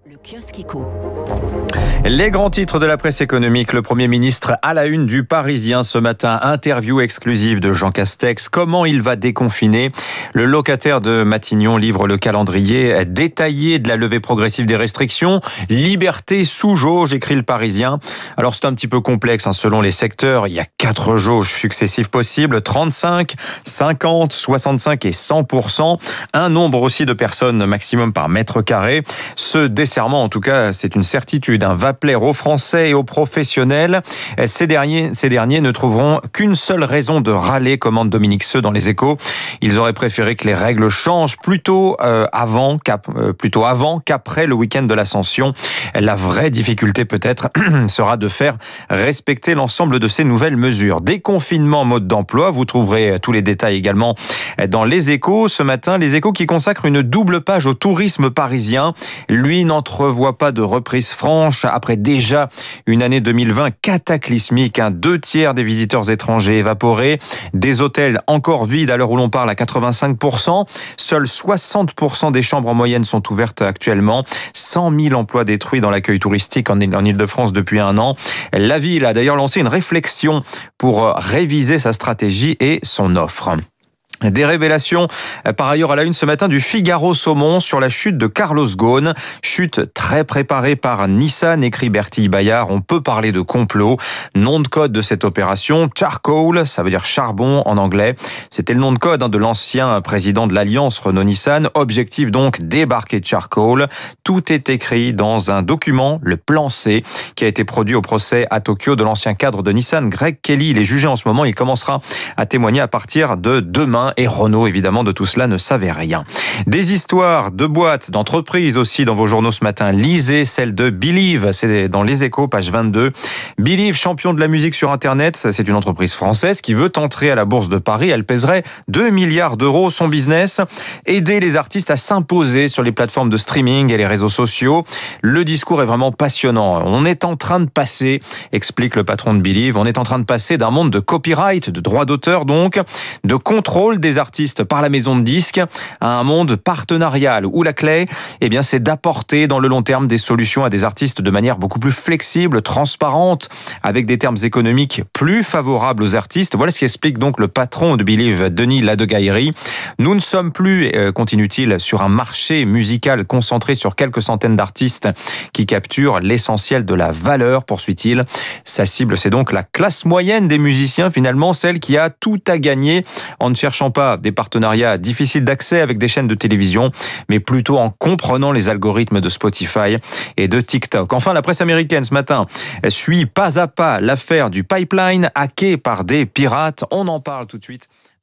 Le kiosque éco. Les grands titres de la presse économique. Le Premier ministre à la une du Parisien ce matin. Interview exclusive de Jean Castex. Comment il va déconfiner? Le locataire de Matignon livre le calendrier détaillé de la levée progressive des restrictions. Liberté sous jauge, écrit le Parisien. Alors c'est un petit peu complexe selon les secteurs. Il y a 4 jauges successives possibles. 35, 50, 65 et 100%. Un nombre aussi de personnes maximum par mètre carré. Ce desserrement, en tout cas, c'est une certitude. Va plaire aux Français et aux professionnels. Ces derniers ne trouveront qu'une seule raison de râler, commande Dominique Seux dans Les Échos. Ils auraient préféré que les règles changent plutôt avant qu'après le week-end de l'Ascension. La vraie difficulté peut-être sera de faire respecter l'ensemble de ces nouvelles mesures. Déconfinement, mode d'emploi. Vous trouverez tous les détails également dans Les Échos. Ce matin, Les Échos qui consacrent une double page au tourisme parisien. Lui n'entrevoit pas de reprise franche après déjà une année 2020 cataclysmique. 2/3 des visiteurs étrangers évaporés, des hôtels encore vides à l'heure où l'on parle à 85%. Seuls 60% des chambres en moyenne sont ouvertes actuellement. 100 000 emplois détruits dans l'accueil touristique en Ile-de-France depuis un an. La ville a d'ailleurs lancé une réflexion pour réviser sa stratégie et son offre. Des révélations par ailleurs à la une ce matin du Figaro Saumon sur la chute de Carlos Ghosn. Chute très préparée par Nissan, écrit Bertille Bayard. On peut parler de complot. Nom de code de cette opération, Charcoal, ça veut dire charbon en anglais. C'était le nom de code de l'ancien président de l'Alliance Renault-Nissan. Objectif donc, débarquer Charcoal. Tout est écrit dans un document, le plan C, qui a été produit au procès à Tokyo de l'ancien cadre de Nissan, Greg Kelly. Il est jugé en ce moment. Il commencera à témoigner à partir de demain. Et Renault, évidemment, de tout cela ne savait rien. Des histoires de boîtes, d'entreprises aussi dans vos journaux ce matin. Lisez celle de Believe, c'est dans Les Échos, page 22. Believe, champion de la musique sur Internet, c'est une entreprise française qui veut entrer à la Bourse de Paris. Elle pèserait 2 milliards d'euros. Son business, aider les artistes à s'imposer sur les plateformes de streaming et les réseaux sociaux. Le discours est vraiment passionnant. On est en train de passer, explique le patron de Believe, on est en train de passer d'un monde de copyright, de droits d'auteur donc, de contrôle des artistes par la maison de disques à un monde partenarial où la clé, c'est d'apporter dans le long terme des solutions à des artistes de manière beaucoup plus flexible, transparente, avec des termes économiques plus favorables aux artistes. Voilà ce qui explique donc le patron de Believe, Denis Ladegaillerie. Nous ne sommes plus, continue-t-il, sur un marché musical concentré sur quelques centaines d'artistes qui capturent l'essentiel de la valeur, poursuit-il. Sa cible, c'est donc la classe moyenne des musiciens, finalement, celle qui a tout à gagner en ne cherchant pas des partenariats difficiles d'accès avec des chaînes de télévision, mais plutôt en comprenant les algorithmes de Spotify et de TikTok. Enfin, la presse américaine ce matin suit pas à pas l'affaire du pipeline hacké par des pirates. On en parle tout de suite